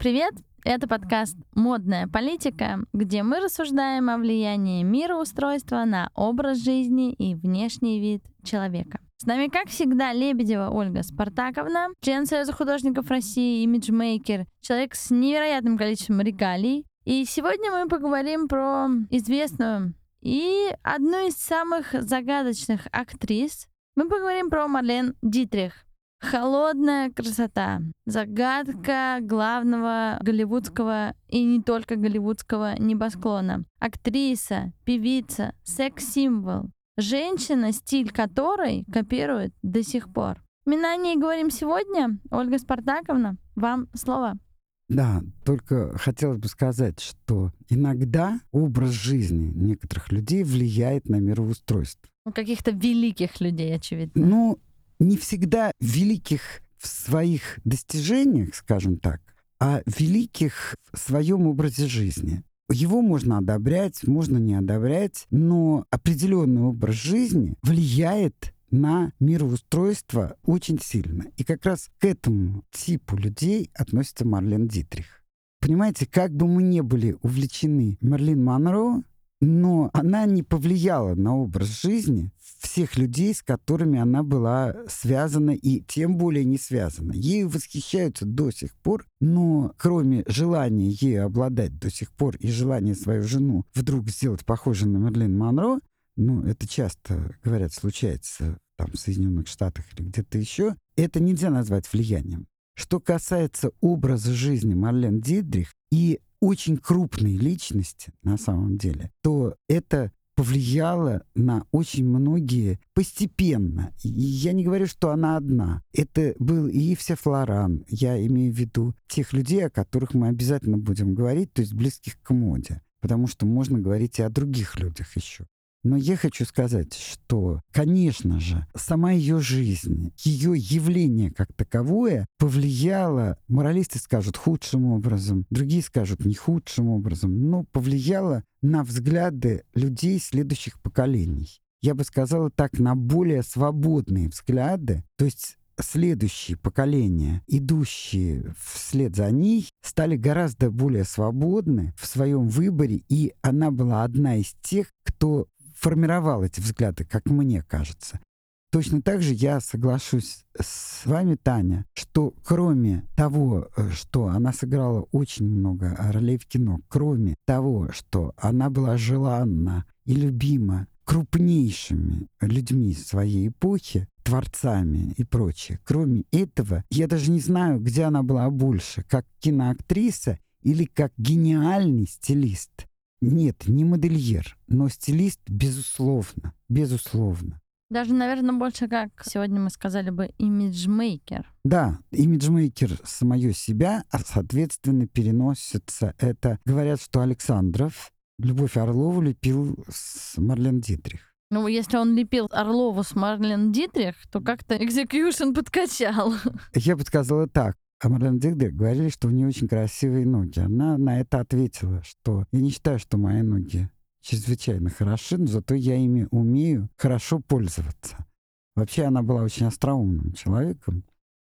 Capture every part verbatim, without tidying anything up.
привет! Это подкаст «Модная политика», где мы рассуждаем о влиянии мироустройства на образ жизни и внешний вид человека. С нами, как всегда, Лебедева Ольга Спартаковна, член Союза художников России, имиджмейкер, человек с невероятным количеством регалий. И сегодня мы поговорим про известную и одну из самых загадочных актрис. Мы поговорим про Марлен Дитрих. Холодная красота. Загадка главного голливудского и не только голливудского небосклона. Актриса, певица, секс-символ. Женщина, стиль которой копируют до сих пор. Именно о ней говорим сегодня. Ольга Спартаковна, вам слово. Да, только хотелось бы сказать, что иногда образ жизни некоторых людей влияет на мироустройство. У каких-то великих людей, очевидно. Ну, не всегда великих в своих достижениях, скажем так, а великих в своем образе жизни. Его можно одобрять, можно не одобрять, но определенный образ жизни влияет на мироустройство очень сильно. И как раз к этому типу людей относится Марлен Дитрих. Понимаете, как бы мы ни были увлечены Мерлин Монро, но она не повлияла на образ жизни всех людей, с которыми она была связана, и тем более не связана. Ею восхищаются до сих пор, но кроме желания ею обладать до сих пор и желания свою жену вдруг сделать похожей на Мерлин Монро, ну, это часто, говорят, случается там в Соединенных Штатах или где-то еще, это нельзя назвать влиянием. Что касается образа жизни Марлен Дитрих и очень крупной личности, на самом деле, то это повлияло на очень многие постепенно. И я не говорю, что она одна. Это был и Ив Сен Лоран, я имею в виду тех людей, о которых мы обязательно будем говорить, то есть близких к моде, потому что можно говорить и о других людях еще. Но я хочу сказать, что, конечно же, сама ее жизнь, ее явление как таковое повлияло, моралисты скажут худшим образом, другие скажут не худшим образом, но повлияло на взгляды людей следующих поколений. Я бы сказала так, на более свободные взгляды, то есть следующие поколения, идущие вслед за ней, стали гораздо более свободны в своем выборе, и она была одна из тех, кто формировал эти взгляды, как мне кажется. Точно так же я соглашусь с вами, Таня, что кроме того, что она сыграла очень много ролей в кино, кроме того, что она была желанна и любима крупнейшими людьми своей эпохи, творцами и прочее, кроме этого, я даже не знаю, где она была больше, как киноактриса или как гениальный стилист. Нет, не модельер, но стилист, безусловно, безусловно. Даже, наверное, больше, как сегодня мы сказали бы, имиджмейкер. Да, имиджмейкер самое себя, а, соответственно, переносится это. Говорят, что Александров Любовь Орлову лепил с Марлен Дитрих. Ну, если он лепил Орлову с Марлен Дитрих, то как-то экзекьюшн подкачал. Я бы сказала так. А Марлен Дитрих говорили, что у нее очень красивые ноги. Она на это ответила, что я не считаю, что мои ноги чрезвычайно хороши, но зато я ими умею хорошо пользоваться. Вообще она была очень остроумным человеком.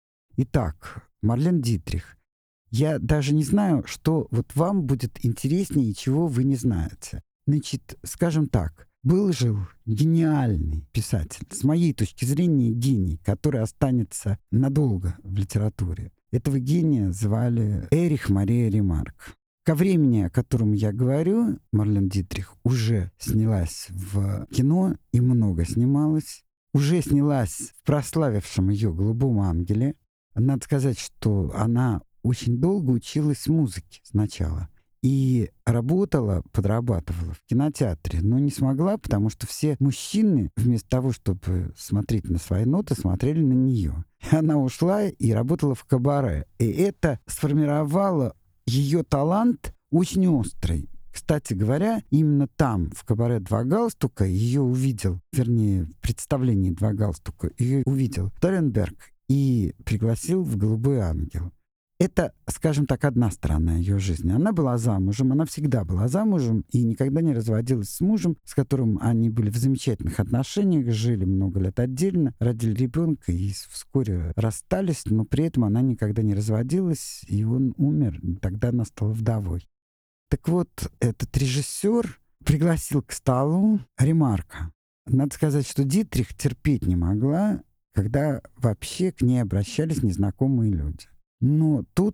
Итак, Марлен Дитрих. Я даже не знаю, что вот вам будет интереснее и чего вы не знаете. Значит, скажем так, был-жил гениальный писатель, с моей точки зрения гений, который останется надолго в литературе. Этого гения звали Эрих Мария Ремарк. Ко времени, о котором я говорю, Марлен Дитрих уже снялась в кино и много снималась. Уже снялась в прославившем ее «Голубом ангеле». Надо сказать, что она очень долго училась музыке сначала. И работала, подрабатывала в кинотеатре, но не смогла, потому что все мужчины, вместо того, чтобы смотреть на свои ноты, смотрели на нее. И она ушла и работала в кабаре. И это сформировало ее талант очень острый. Кстати говоря, именно там, в кабаре «Два галстука», ее увидел, вернее, в представлении «Два галстука», ее увидел Торенберг и пригласил в «Голубой ангел». это, скажем так, одна сторона ее жизни. Она была замужем, она всегда была замужем и никогда не разводилась с мужем, с которым они были в замечательных отношениях, жили много лет отдельно, родили ребенка и вскоре расстались, но при этом она никогда не разводилась, и он умер, и тогда она стала вдовой. Так вот, этот режиссер пригласил к столу Ремарка. Надо сказать, что Дитрих терпеть не могла, когда вообще к ней обращались незнакомые люди. Но тут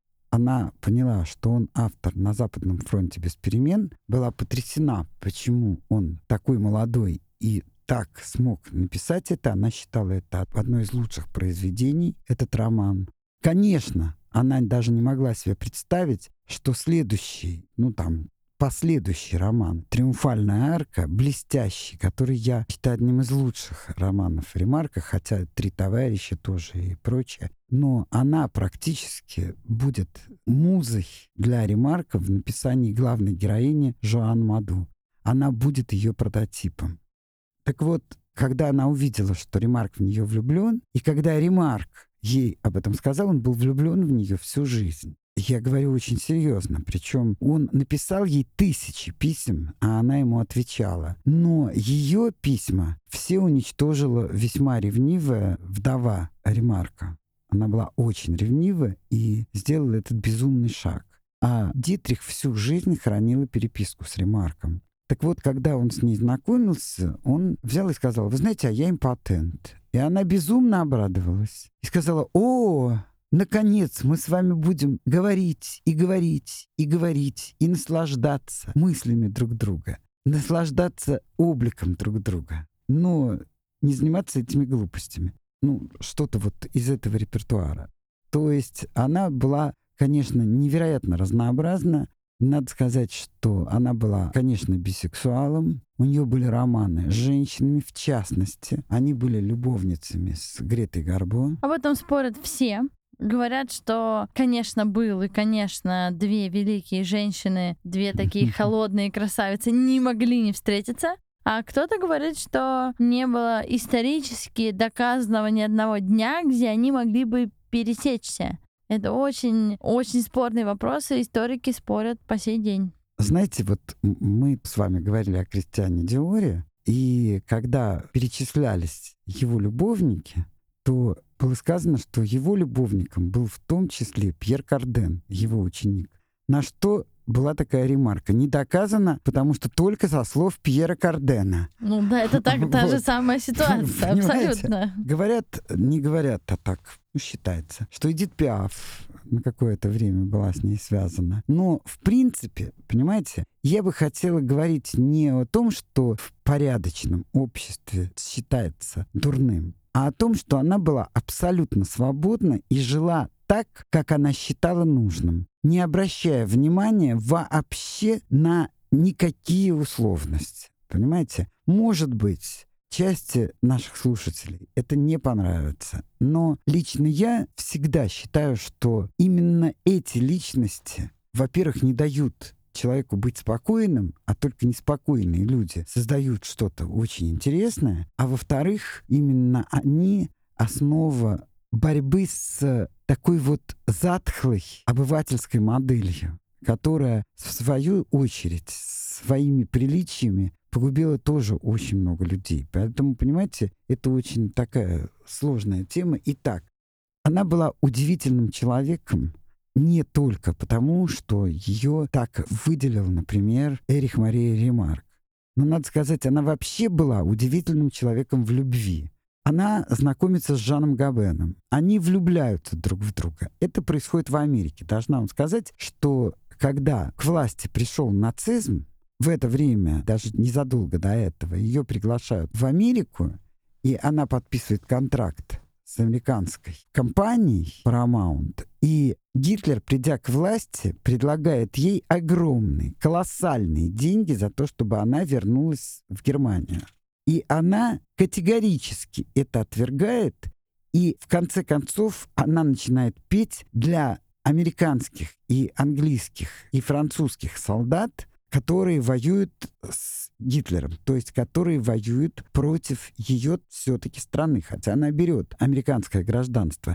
она поняла, что он автор «На Западном фронте без перемен», была потрясена, почему он такой молодой и так смог написать это. Она считала это одной из лучших произведений, этот роман. Конечно, она даже не могла себе представить, что следующий, ну там, последующий роман «Триумфальная арка», блестящий, который я считаю одним из лучших романов Ремарка, хотя «Три товарища» тоже и прочее. Но она практически будет музой для Ремарка в написании главной героини Жоан Маду. Она будет ее прототипом. Так вот, когда она увидела, что Ремарк в нее влюблен, и когда Ремарк ей об этом сказал, он был влюблен в нее всю жизнь. Я говорю очень серьезно, причем он написал ей тысячи писем, а она ему отвечала. Но ее письма все уничтожила весьма ревнивая вдова Ремарка. Она была очень ревнива и сделала этот безумный шаг. А Дитрих всю жизнь хранила переписку с Ремарком. Так вот, когда он с ней знакомился, он взял и сказал: «Вы знаете, а я импотент». И она безумно обрадовалась. И сказала: «О, наконец мы с вами будем говорить и говорить и говорить и наслаждаться мыслями друг друга, наслаждаться обликом друг друга, но не заниматься этими глупостями». Ну, что-то вот из этого репертуара. То есть она была, конечно, невероятно разнообразна. Надо сказать, что она была, конечно, бисексуалом. У нее были романы с женщинами, в частности. Они были любовницами с Гретой Гарбо. Об этом спорят все. Говорят, что, конечно, был и, конечно, две великие женщины, две такие холодные красавицы не могли не встретиться. А кто-то говорит, что не было исторически доказанного ни одного дня, где они могли бы пересечься. Это очень, очень спорный вопрос, и историки спорят по сей день. Знаете, вот мы с вами говорили о Кристиане Диоре, и когда перечислялись его любовники, то было сказано, что его любовником был в том числе Пьер Карден, его ученик. На что была такая ремарка: не доказано, потому что только со слов Пьера Кардена. Ну да, это так, та же самая ситуация, абсолютно. Говорят, не говорят, а так ну, считается, что Эдит Пиаф на какое-то время была с ней связана. Но, в принципе, понимаете, я бы хотела говорить не о том, что в порядочном обществе считается дурным, а о том, что она была абсолютно свободна и жила так, как она считала нужным, не обращая внимания вообще на никакие условности. Понимаете? Может быть, части наших слушателей это не понравится, но лично я всегда считаю, что именно эти личности, во-первых, не дают человеку быть спокойным, а только неспокойные люди создают что-то очень интересное, а во-вторых, именно они основа борьбы с такой вот затхлой обывательской моделью, которая, в свою очередь, своими приличиями погубила тоже очень много людей. Поэтому, понимаете, это очень такая сложная тема. Итак, она была удивительным человеком не только потому, что ее так выделил, например, Эрих Мария Ремарк. Но, надо сказать, она вообще была удивительным человеком в любви. Она знакомится с Жаном Габеном. Они влюбляются друг в друга. Это происходит в Америке. Должна вам сказать, что когда к власти пришел нацизм, в это время, даже незадолго до этого, ее приглашают в Америку, и она подписывает контракт с американской компанией Paramount. И Гитлер, придя к власти, предлагает ей огромные, колоссальные деньги за то, чтобы она вернулась в Германию. И она категорически это отвергает, и в конце концов она начинает петь для американских и английских и французских солдат, которые воюют с Гитлером, то есть которые воюют против ее все-таки страны, хотя она берет американское гражданство.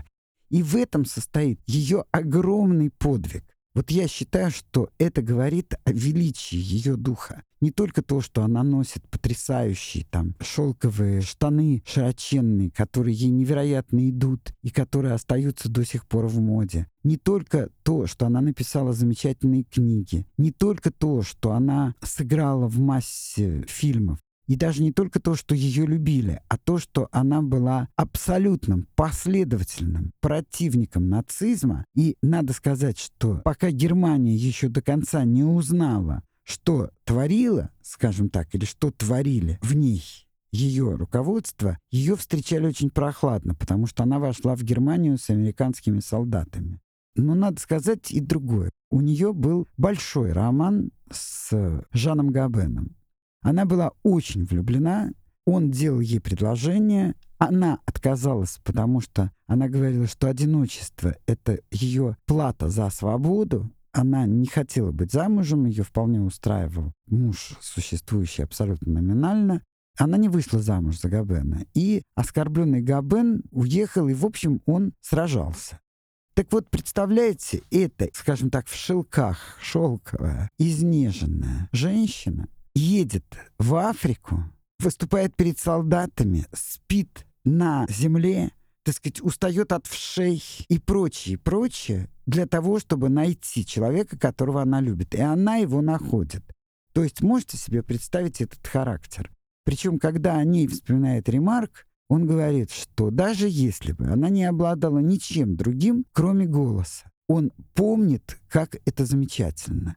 И в этом состоит ее огромный подвиг. Вот я считаю, что это говорит о величии ее духа. Не только то, что она носит потрясающие там шелковые штаны широченные, которые ей невероятно идут и которые остаются до сих пор в моде. Не только то, что она написала замечательные книги. Не только то, что она сыграла в массе фильмов. И даже не только то, что ее любили, а то, что она была абсолютным, последовательным противником нацизма. И надо сказать, что пока Германия еще до конца не узнала, что творила, скажем так, или что творили в ней ее руководство, ее встречали очень прохладно, потому что она вошла в Германию с американскими солдатами. Но надо сказать и другое. У нее был большой роман с Жаном Габеном. Она была очень влюблена, он делал ей предложение, она отказалась, потому что она говорила, что одиночество — это ее плата за свободу. Она не хотела быть замужем, ее вполне устраивал муж, существующий абсолютно номинально. Она не вышла замуж за Габена. И оскорбленный Габен уехал, и, в общем, он сражался. Так вот, представляете, это, скажем так, в шелках шелковая, изнеженная женщина едет в Африку, выступает перед солдатами, спит на земле, так сказать, устает от вшей и прочее, прочее, для того, чтобы найти человека, которого она любит. И она его находит. То есть можете себе представить этот характер. Причем, когда о ней вспоминает Ремарк, он говорит, что даже если бы она не обладала ничем другим, кроме голоса, он помнит, как это замечательно.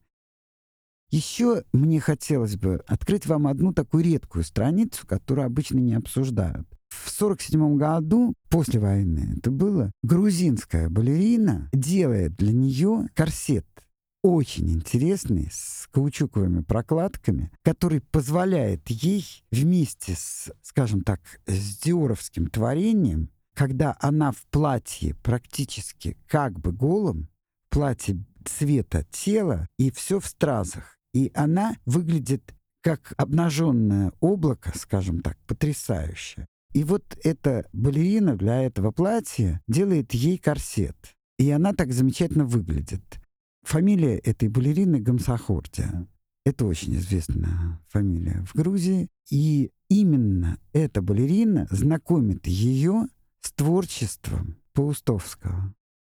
Еще мне хотелось бы открыть вам одну такую редкую страницу, которую обычно не обсуждают. В сорок седьмом году, после войны, это было, грузинская балерина делает для нее корсет, очень интересный, с каучуковыми прокладками, который позволяет ей вместе с, скажем так, с диоровским творением, когда она в платье практически как бы голом, платье цвета тела, и все в стразах. И она выглядит как обнаженное облако, скажем так, потрясающе. И вот эта балерина для этого платья делает ей корсет. И она так замечательно выглядит. Фамилия этой балерины Гамсахурди. Это очень известная фамилия в Грузии. И именно эта балерина знакомит ее с творчеством Паустовского.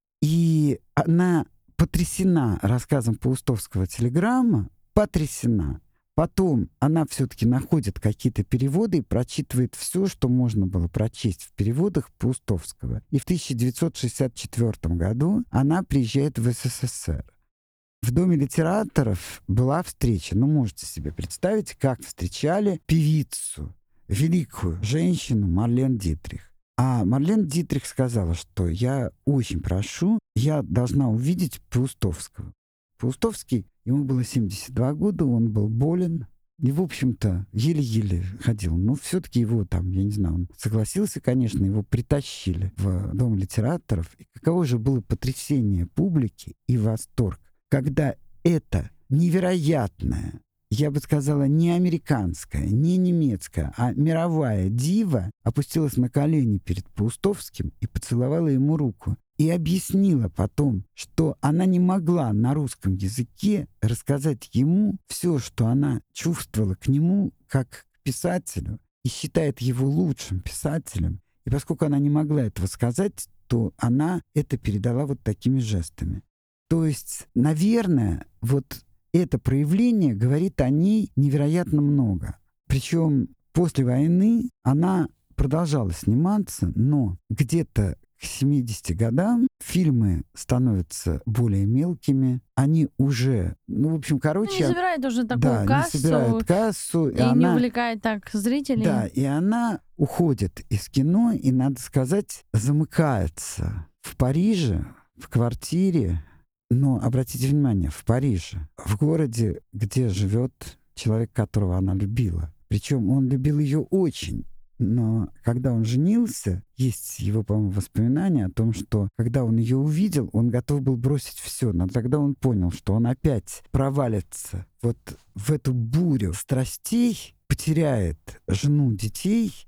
И она потрясена рассказом Паустовского «Телеграмма», потрясена. Потом она все-таки находит какие-то переводы и прочитывает все, что можно было прочесть в переводах Паустовского. И в тысяча девятьсот шестьдесят четвёртом году она приезжает в СССР. В Доме литераторов была встреча. Ну, можете себе представить, как встречали певицу, великую женщину Марлен Дитрих. А Марлен Дитрих сказала, что я очень прошу, я должна увидеть Паустовского. Паустовский, ему было семьдесят два года, он был болен. И, в общем-то, еле-еле ходил. Но все-таки его там, я не знаю, он согласился, конечно, его притащили в Дом литераторов. И каково же было потрясение публики и восторг, когда это невероятное, я бы сказала, не американская, не немецкая, а мировая дива опустилась на колени перед Паустовским и поцеловала ему руку. И объяснила потом, что она не могла на русском языке рассказать ему все, что она чувствовала к нему как к писателю, и считает его лучшим писателем. И поскольку она не могла этого сказать, то она это передала вот такими жестами. То есть, наверное, вот это проявление говорит о ней невероятно много. Причем после войны она продолжала сниматься, но где-то к семидесяти годам фильмы становятся более мелкими, они уже, ну, в общем, короче... Не собирает уже такую да, кассу. не собирает кассу. И, и она, не она, увлекает так зрителей. Да, и она уходит из кино, и, надо сказать, замыкается в Париже, в квартире. Но, обратите внимание, в Париже, в городе, где живет человек, которого она любила. Причем он любил ее очень. Но когда он женился, есть его, по-моему, воспоминания о том, что когда он ее увидел, он готов был бросить все. Но тогда он понял, что он опять провалится вот в эту бурю страстей, потеряет жену, детей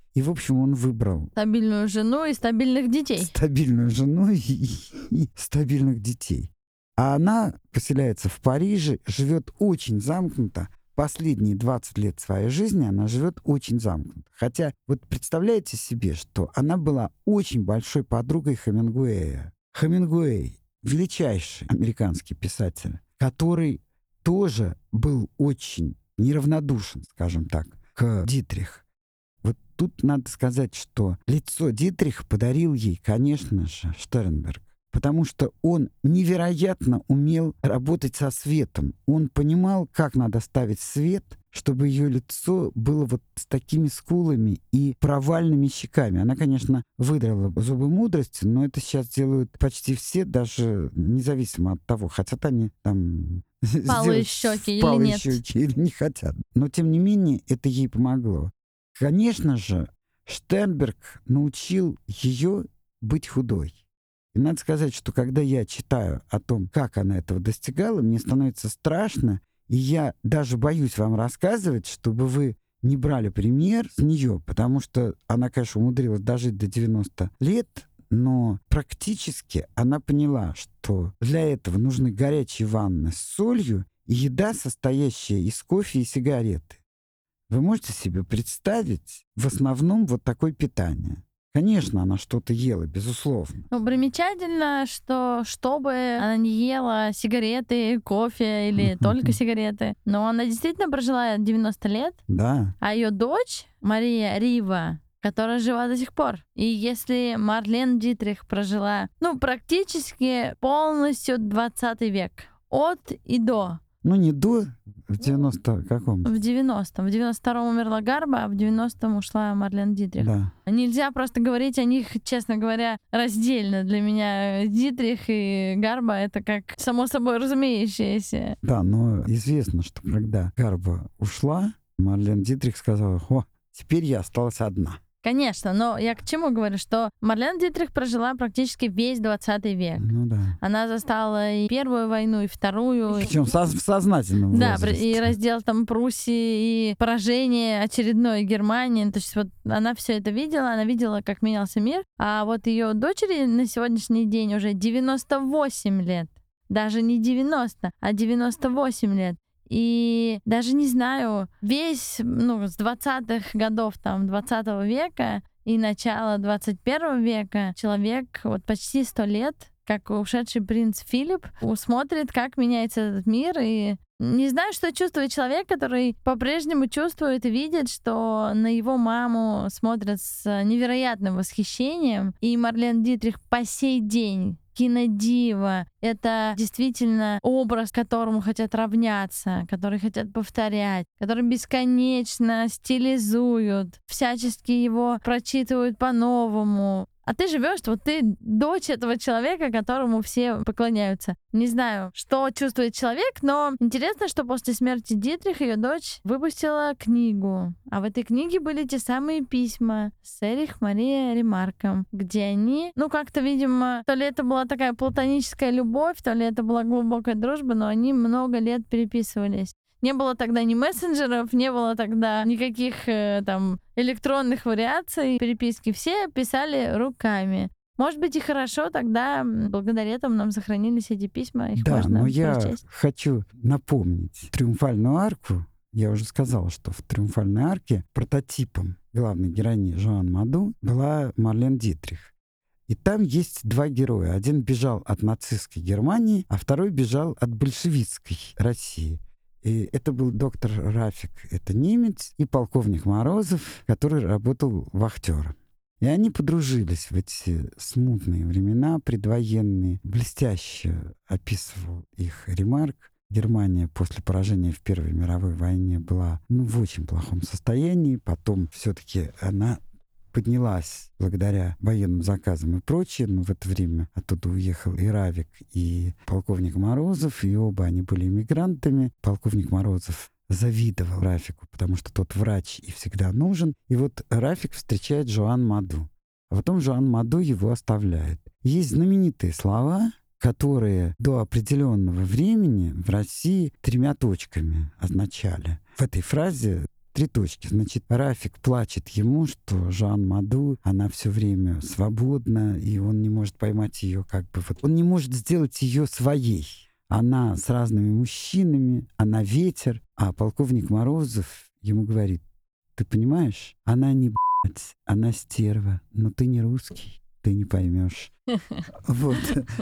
И, в общем, он выбрал стабильную жену и стабильных детей. Стабильную жену и, и стабильных детей. А она поселяется в Париже, живет очень замкнуто. Последние двадцать лет своей жизни она живет очень замкнуто. Хотя, вот представляете себе, что она была очень большой подругой Хемингуэя. Хемингуэй — величайший американский писатель, который тоже был очень неравнодушен, скажем так, к Дитрих. Вот тут надо сказать, что лицо Дитриха подарил ей, конечно же, Штернберг, потому что он невероятно умел работать со светом. Он понимал, как надо ставить свет, чтобы ее лицо было вот с такими скулами и провальными щеками. Она, конечно, выдрала зубы мудрости, но это сейчас делают почти все, даже независимо от того, хотят они там Впалые щеки или впалые нет. щеки или не хотят. Но, тем не менее, это ей помогло. Конечно же, Штернберг научил ее быть худой. И надо сказать, что когда я читаю о том, как она этого достигала, мне становится страшно, и я даже боюсь вам рассказывать, чтобы вы не брали пример с нее, потому что она, конечно, умудрилась дожить до девяноста лет, но практически она поняла, что для этого нужны горячие ванны с солью и еда, состоящая из кофе и сигареты. Вы можете себе представить в основном вот такое питание? Конечно, она что-то ела, безусловно. Ну, примечательно, что чтобы она не ела сигареты, кофе или только сигареты, но она действительно прожила девяносто лет, Да. а ее дочь Мария Рива, которая жива до сих пор. И если Марлен Дитрих прожила, ну, практически полностью двадцатый век, от и до. Ну, не до, в девяносто каком? В девяностом. В девяносто втором умерла Гарба, а в девяностом ушла Марлен Дитрих. Да. Нельзя просто говорить о них, честно говоря, раздельно. Для меня Дитрих и Гарба — это как само собой разумеющееся. Да, но известно, что когда Гарба ушла, Марлен Дитрих сказала: «О, теперь я осталась одна». Конечно, но я к чему говорю, что Марлен Дитрих прожила практически весь двадцатый век. Ну да. Она застала и Первую войну, и Вторую. Причем в сознательном Да, возрасте. и раздел там Пруссии, и поражение очередной Германии. То есть вот она все это видела, она видела, как менялся мир. А вот ее дочери на сегодняшний день уже девяносто восемь лет. Даже не девяносто, а девяносто восемь лет. И даже не знаю, весь, ну, с двадцатых годов, там, двадцатого века и начала двадцать первого века человек вот почти сто лет, как ушедший принц Филипп, смотрит, как меняется этот мир, и не знаю, что чувствует человек, который по-прежнему чувствует и видит, что на его маму смотрят с невероятным восхищением, и Марлен Дитрих по сей день кинодива. Это действительно образ, к которому хотят равняться, который хотят повторять, который бесконечно стилизуют, всячески его прочитывают по-новому. А ты живешь, вот ты дочь этого человека, которому все поклоняются. Не знаю, что чувствует человек, но интересно, что после смерти Дитриха ее дочь выпустила книгу. А в этой книге были те самые письма с Эрих Мария Ремарком, где они, ну как-то, видимо, то ли это была такая платоническая любовь, то ли это была глубокая дружба, но они много лет переписывались. Не было тогда ни мессенджеров, не было тогда никаких э, там электронных вариаций переписки. Все писали руками. Может быть, и хорошо, тогда благодаря этому нам сохранились эти письма, их да, можно но я прочесть. хочу напомнить триумфальную арку. Я уже сказал, что в триумфальной арке прототипом главной героини Жоан Маду была Марлен Дитрих. И там есть два героя. Один бежал от нацистской Германии, а второй бежал от большевистской России. И это был доктор Рафик, это немец, и полковник Морозов, который работал вахтером. И они подружились в эти смутные времена, предвоенные. Блестяще описывал их Ремарк. Германия после поражения в Первой мировой войне была, ну, в очень плохом состоянии. Потом все-таки она поднялась благодаря военным заказам и прочее, но в это время оттуда уехал и Равик, и полковник Морозов, и оба они были иммигрантами. Полковник Морозов завидовал Рафику, потому что тот врач и всегда нужен. И вот Рафик встречает Жоан Маду, а потом Жоан Маду его оставляет. Есть знаменитые слова, которые до определенного времени в России тремя точками означали. В этой фразе три точки. Значит, Рафик плачет ему, что Жан Маду, она все время свободна, и он не может поймать ее как бы вот. Он не может сделать ее своей. Она с разными мужчинами, она ветер. А полковник Морозов ему говорит: ты понимаешь, она не б***ь, она стерва, но ты не русский, ты не поймешь. Вот.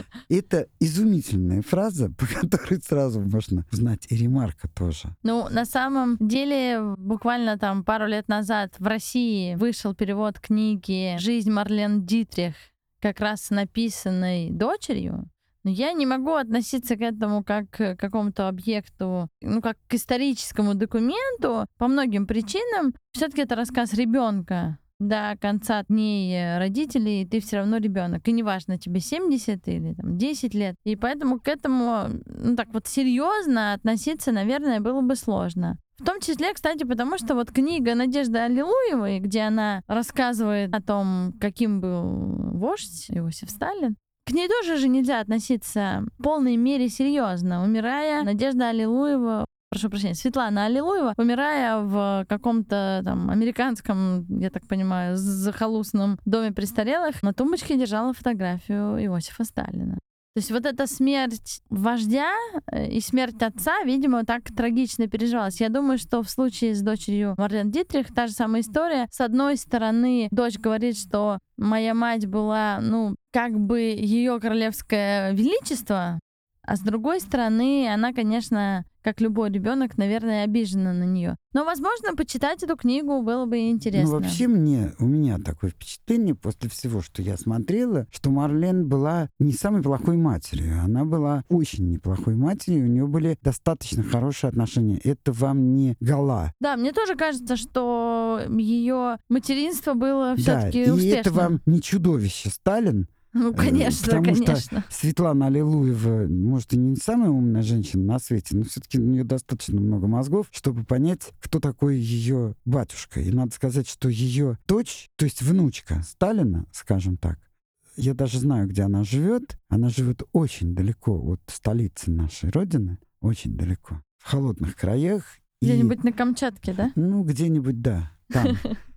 Это изумительная фраза, по которой сразу можно узнать и ремарка тоже. Ну, на самом деле, буквально там пару лет назад в России вышел перевод книги «Жизнь Марлен Дитрих», как раз написанной дочерью. Но я не могу относиться к этому как к какому-то объекту, ну, как к историческому документу по многим причинам. Все-таки это рассказ ребенка. До конца дней родителей ты все равно ребенок. И неважно, тебе семьдесят или там, десять лет. И поэтому к этому, ну, так вот серьезно относиться, наверное, было бы сложно. В том числе, кстати, потому что вот книга Надежды Аллилуевой, где она рассказывает о том, каким был вождь Иосиф Сталин, к ней тоже же нельзя относиться в полной мере серьезно. Умирая, Надежда Аллилуева, прошу прощения, Светлана Аллилуева, умирая в каком-то там американском, я так понимаю, захолустном доме престарелых, на тумбочке держала фотографию Иосифа Сталина. То есть вот эта смерть вождя и смерть отца, видимо, так трагично переживалась. Я думаю, что в случае с дочерью Марлен Дитрих та же самая история. С одной стороны, дочь говорит, что моя мать была, ну, как бы ее королевское величество, а с другой стороны, она, конечно, как любой ребенок, наверное, обижена на нее. Но, возможно, почитать эту книгу было бы интересно. Ну, вообще мне, у меня такое впечатление после всего, что я смотрела, что Марлен была не самой плохой матерью. Она была очень неплохой матерью, у нее были достаточно хорошие отношения. Это вам не Гала. Да, мне тоже кажется, что ее материнство было все-таки да, успешным. И это вам не чудовище Сталин. Ну, конечно, Потому конечно. что Светлана Аллилуева, может, и не самая умная женщина на свете, но все-таки у нее достаточно много мозгов, чтобы понять, кто такой ее батюшка. И надо сказать, что ее дочь, то есть внучка Сталина, скажем так, я даже знаю, где она живет. Она живет очень далеко от столицы нашей Родины, очень далеко, в холодных краях. Где-нибудь и, на Камчатке, да? Ну, где-нибудь, да, там.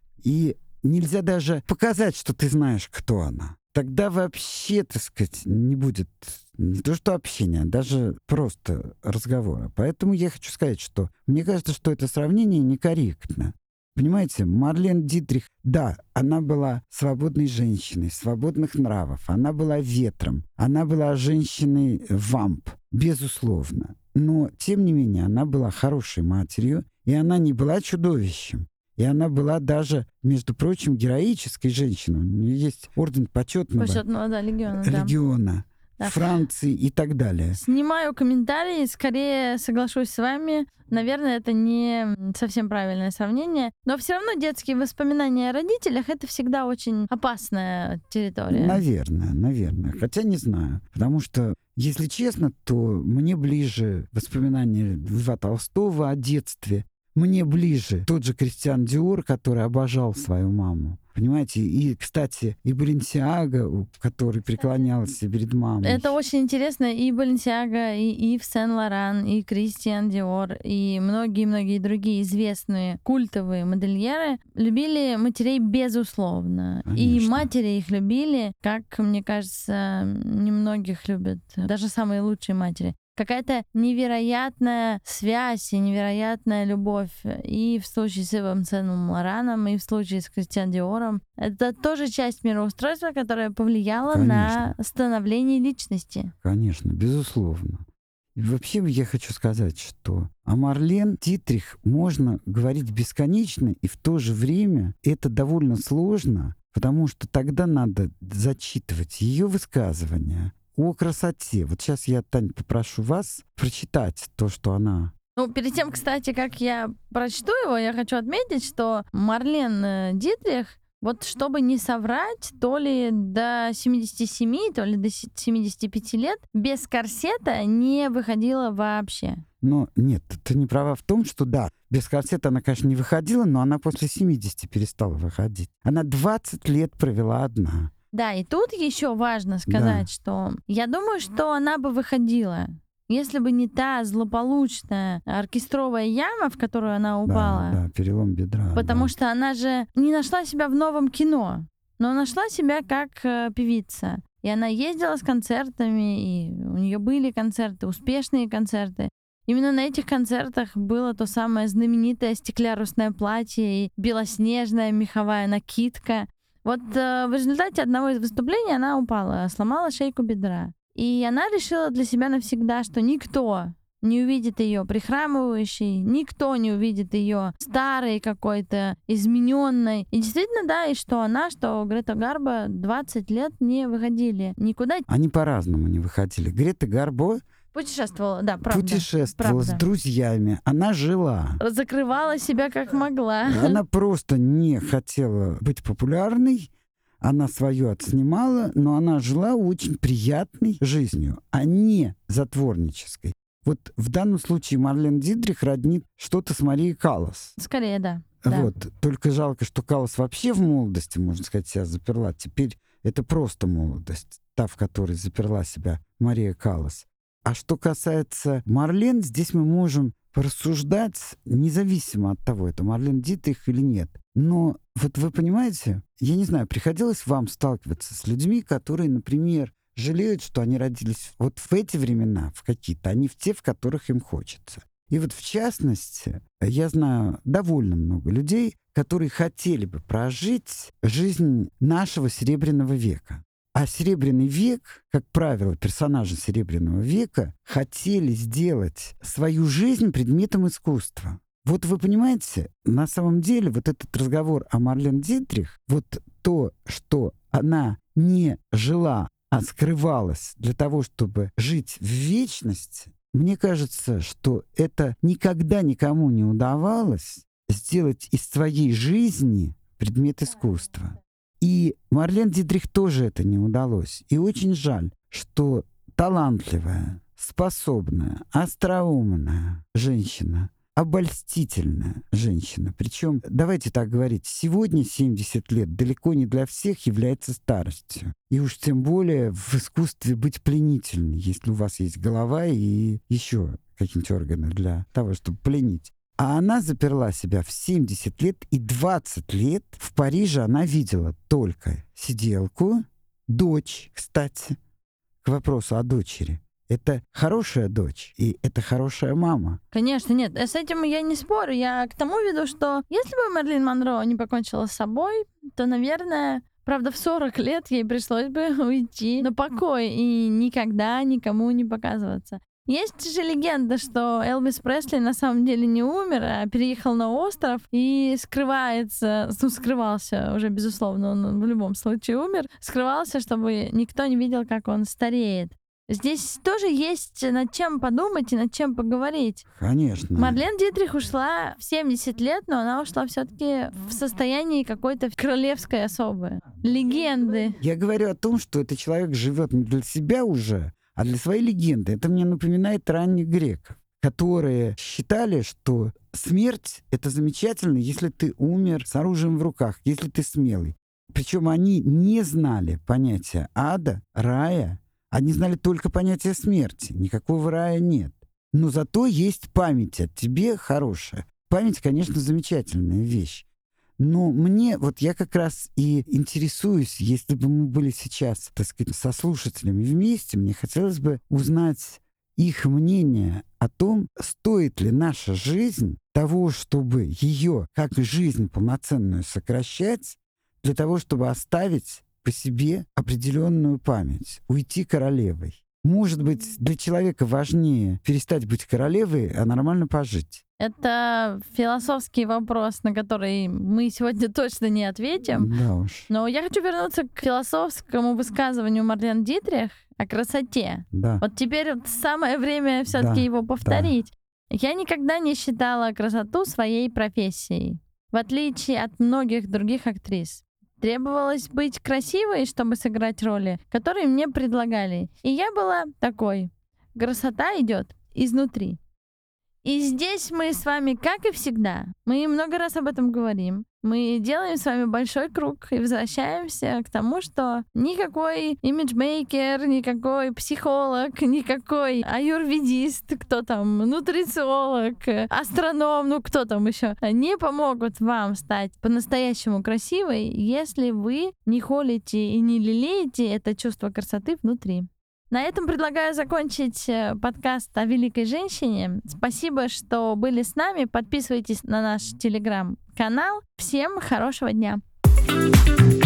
И нельзя даже показать, что ты знаешь, кто она. Тогда вообще, так сказать, не будет не то что общения, а даже просто разговора. Поэтому я хочу сказать, что мне кажется, что это сравнение некорректно. Понимаете, Марлен Дитрих, да, она была свободной женщиной, свободных нравов, она была ветром, она была женщиной-вамп, безусловно. Но, тем не менее, она была хорошей матерью, и она не была чудовищем. И она была даже, между прочим, героической женщиной. У нее есть орден почетного, почетного да, легиона, легиона да. Франции и так далее. Снимаю комментарии, скорее соглашусь с вами. Наверное, это не совсем правильное сравнение. Но все равно детские воспоминания о родителях — это всегда очень опасная территория. Наверное, наверное. Хотя не знаю. Потому что, если честно, то мне ближе воспоминания Льва Толстого о детстве. Мне ближе тот же Кристиан Диор, который обожал свою маму. Понимаете? И, кстати, и Баленсиага, который преклонялся перед мамой. Это очень интересно. И Баленсиага, и Ив Сен-Лоран, и Кристиан Диор, и многие-многие другие известные культовые модельеры любили матерей безусловно. Конечно. И матери их любили, как, мне кажется, немногих любят. Даже самые лучшие матери. Какая-то невероятная связь и невероятная любовь и в случае с Ивом Сен-Лораном, и в случае с Кристиан Диором. Это тоже часть мироустройства, которая повлияла Конечно. на становление личности. Конечно, безусловно. И вообще я хочу сказать, что о Марлен Дитрих можно говорить бесконечно, и в то же время это довольно сложно, потому что тогда надо зачитывать ее высказывания о красоте. Вот сейчас я, Тань, попрошу вас прочитать то, что она... Ну, перед тем, кстати, как я прочту его, я хочу отметить, что Марлен Дитрих, вот чтобы не соврать, то ли до семидесяти семи, то ли до семидесяти пяти лет без корсета не выходила вообще. Но нет, ты не права в том, что да, без корсета она, конечно, не выходила, но она после семидесяти перестала выходить. Она двадцать лет провела одна. Да, и тут еще важно сказать, Да. что я думаю, что она бы выходила, Если бы не та злополучная оркестровая яма, в которую она упала, Да, да, перелом бедра. потому да. что она же не нашла себя в новом кино, но нашла себя как э, певица. И она ездила с концертами, и у нее были концерты, успешные концерты. Именно на этих концертах было то самое знаменитое стеклярусное платье и белоснежная меховая накидка. Вот э, в результате одного из выступлений она упала, сломала шейку бедра. И она решила для себя навсегда, что никто не увидит ее прихрамывающей, никто не увидит ее старой какой-то, измененной. И действительно, да, и что она, что Грета Гарбо двадцать лет не выходили никуда. Они по-разному не выходили. Грета Гарбо Путешествовала, да, правда. путешествовала правда. с друзьями. Она жила. Закрывала себя как могла. Она просто не хотела быть популярной. Она свое отснимала, но она жила очень приятной жизнью, а не затворнической. Вот в данном случае Марлен Дитрих роднит что-то с Марией Каллас. Скорее, да. да. Вот. Только жалко, что Каллас вообще в молодости, можно сказать, себя заперла. Теперь это просто молодость, та, в которой заперла себя Мария Каллас. А что касается Марлен, здесь мы можем порассуждать независимо от того, это Марлен Дитрих или нет. Но вот вы понимаете, я не знаю, приходилось вам сталкиваться с людьми, которые, например, жалеют, что они родились вот в эти времена, в какие-то, а не в те, в которых им хочется. И вот в частности, я знаю довольно много людей, которые хотели бы прожить жизнь нашего Серебряного века. А Серебряный век, как правило, персонажи Серебряного века хотели сделать свою жизнь предметом искусства. Вот вы понимаете, на самом деле вот этот разговор о Марлен Дитрих, вот то, что она не жила, а скрывалась для того, чтобы жить в вечности, мне кажется, что это никогда никому не удавалось сделать из своей жизни предмет искусства. И Марлен Дитрих тоже это не удалось. И очень жаль, что талантливая, способная, остроумная женщина, обольстительная женщина. Причем, давайте так говорить, сегодня семьдесят лет далеко не для всех является старостью. И уж тем более в искусстве быть пленительной, если у вас есть голова и еще какие-нибудь органы для того, чтобы пленить. А она заперла себя в семьдесят лет, и двадцать лет в Париже она видела только сиделку, дочь, кстати, к вопросу о дочери. Это хорошая дочь, и это хорошая мама. Конечно, нет, с этим я не спорю. Я к тому веду, что если бы Мэрилин Монро не покончила с собой, то, наверное, правда, в сорок лет ей пришлось бы уйти на покой и никогда никому не показываться. Есть же легенда, что Элвис Пресли на самом деле не умер, а переехал на остров и скрывается, ну, скрывался уже, безусловно, он в любом случае умер, скрывался, чтобы никто не видел, как он стареет. Здесь тоже есть над чем подумать и над чем поговорить. Конечно. Марлен Дитрих ушла в семьдесят лет, но она ушла все-таки в состоянии какой-то королевской особы. Легенды. Я говорю о том, что этот человек живет не для себя уже, а для своей легенды. Это мне напоминает ранних греков, которые считали, что смерть — это замечательно, если ты умер с оружием в руках, если ты смелый. Причем они не знали понятия ада, рая. Они знали только понятие смерти. Никакого рая нет. Но зато есть память о тебе хорошая. Память, конечно, замечательная вещь. Но мне, вот я как раз и интересуюсь, если бы мы были сейчас, так сказать, со слушателями вместе, мне хотелось бы узнать их мнение о том, стоит ли наша жизнь того, чтобы ее, как и жизнь полноценную, сокращать, для того, чтобы оставить по себе определенную память, уйти королевой. Может быть, для человека важнее перестать быть королевой, а нормально пожить. Это философский вопрос, на который мы сегодня точно не ответим. Да уж. Но я хочу вернуться к философскому высказыванию Марлен Дитрих о красоте. Да. Вот теперь вот самое время все-таки Да, его повторить. Да. Я никогда не считала красоту своей профессией, в отличие от многих других актрис. Требовалось быть красивой, чтобы сыграть роли, которые мне предлагали. И я была такой. Красота идет изнутри. И здесь мы с вами, как и всегда, мы много раз об этом говорим, мы делаем с вами большой круг и возвращаемся к тому, что никакой имиджмейкер, никакой психолог, никакой аюрведист, кто там, нутрициолог, астроном, ну кто там еще, не помогут вам стать по-настоящему красивой, если вы не холите и не лелеете это чувство красоты внутри. На этом предлагаю закончить подкаст о великой женщине. Спасибо, что были с нами. Подписывайтесь на наш телеграм-канал. Всем хорошего дня!